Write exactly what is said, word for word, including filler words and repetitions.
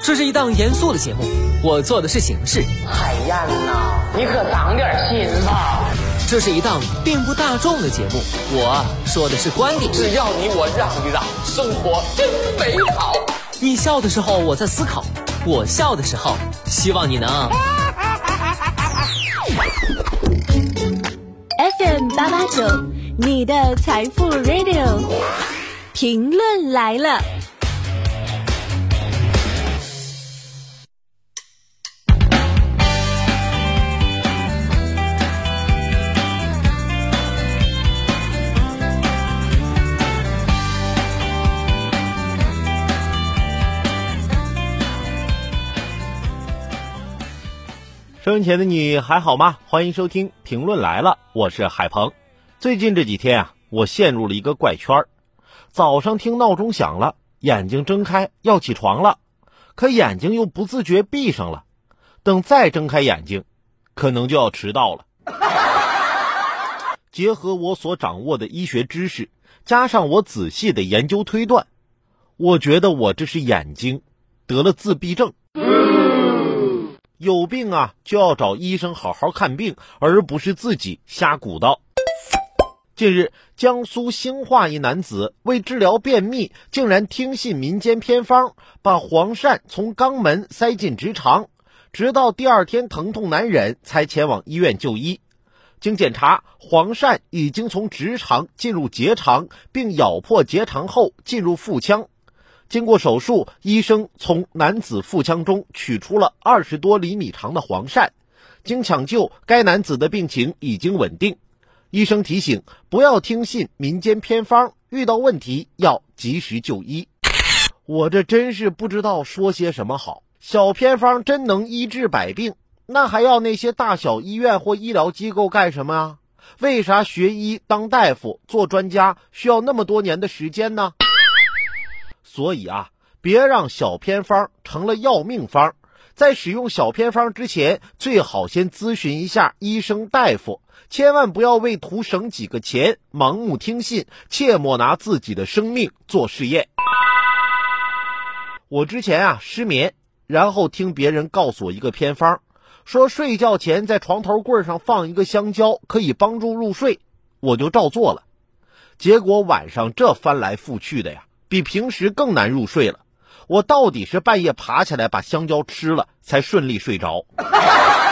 这是一档严肃的节目，我做的是形式。 海燕呐，你可长点心吧。 这是一档并不大众的节目，我说的是观点。 只要你我让一让，生活真美好。 你笑的时候我在思考，我笑的时候希望你能 F M 八八九，你的财富 Radio， 评论来了。 收音前的你还好吗？欢迎收听评论来了，我是海鹏。最近这几天啊，我陷入了一个怪圈。早上听闹钟响了，眼睛睁开要起床了，可眼睛又不自觉闭上了，等再睁开眼睛，可能就要迟到了。结合我所掌握的医学知识，加上我仔细的研究推断，我觉得我这是眼睛得了自闭症。有病啊，就要找医生好好看病，而不是自己瞎鼓捣。近日，江苏兴化一男子为治疗便秘，竟然听信民间偏方，把黄鳝从肛门塞进直肠，直到第二天疼痛难忍，才前往医院就医。经检查，黄鳝已经从直肠进入结肠，并咬破结肠后进入腹腔。经过手术，医生从男子腹腔中取出了二十多厘米长的黄鳝。经抢救，该男子的病情已经稳定。医生提醒，不要听信民间偏方，遇到问题要及时就医。我这真是不知道说些什么好。小偏方真能医治百病，那还要那些大小医院或医疗机构干什么啊？为啥学医当大夫做专家需要那么多年的时间呢？所以啊，别让小偏方成了要命方。在使用小偏方之前，最好先咨询一下医生大夫，千万不要为图省几个钱盲目听信，切莫拿自己的生命做试验。我之前啊失眠，然后听别人告诉我一个偏方，说睡觉前在床头柜上放一个香蕉可以帮助入睡，我就照做了。结果晚上这翻来覆去的呀，比平时更难入睡了。我到底是半夜爬起来把香蕉吃了才顺利睡着。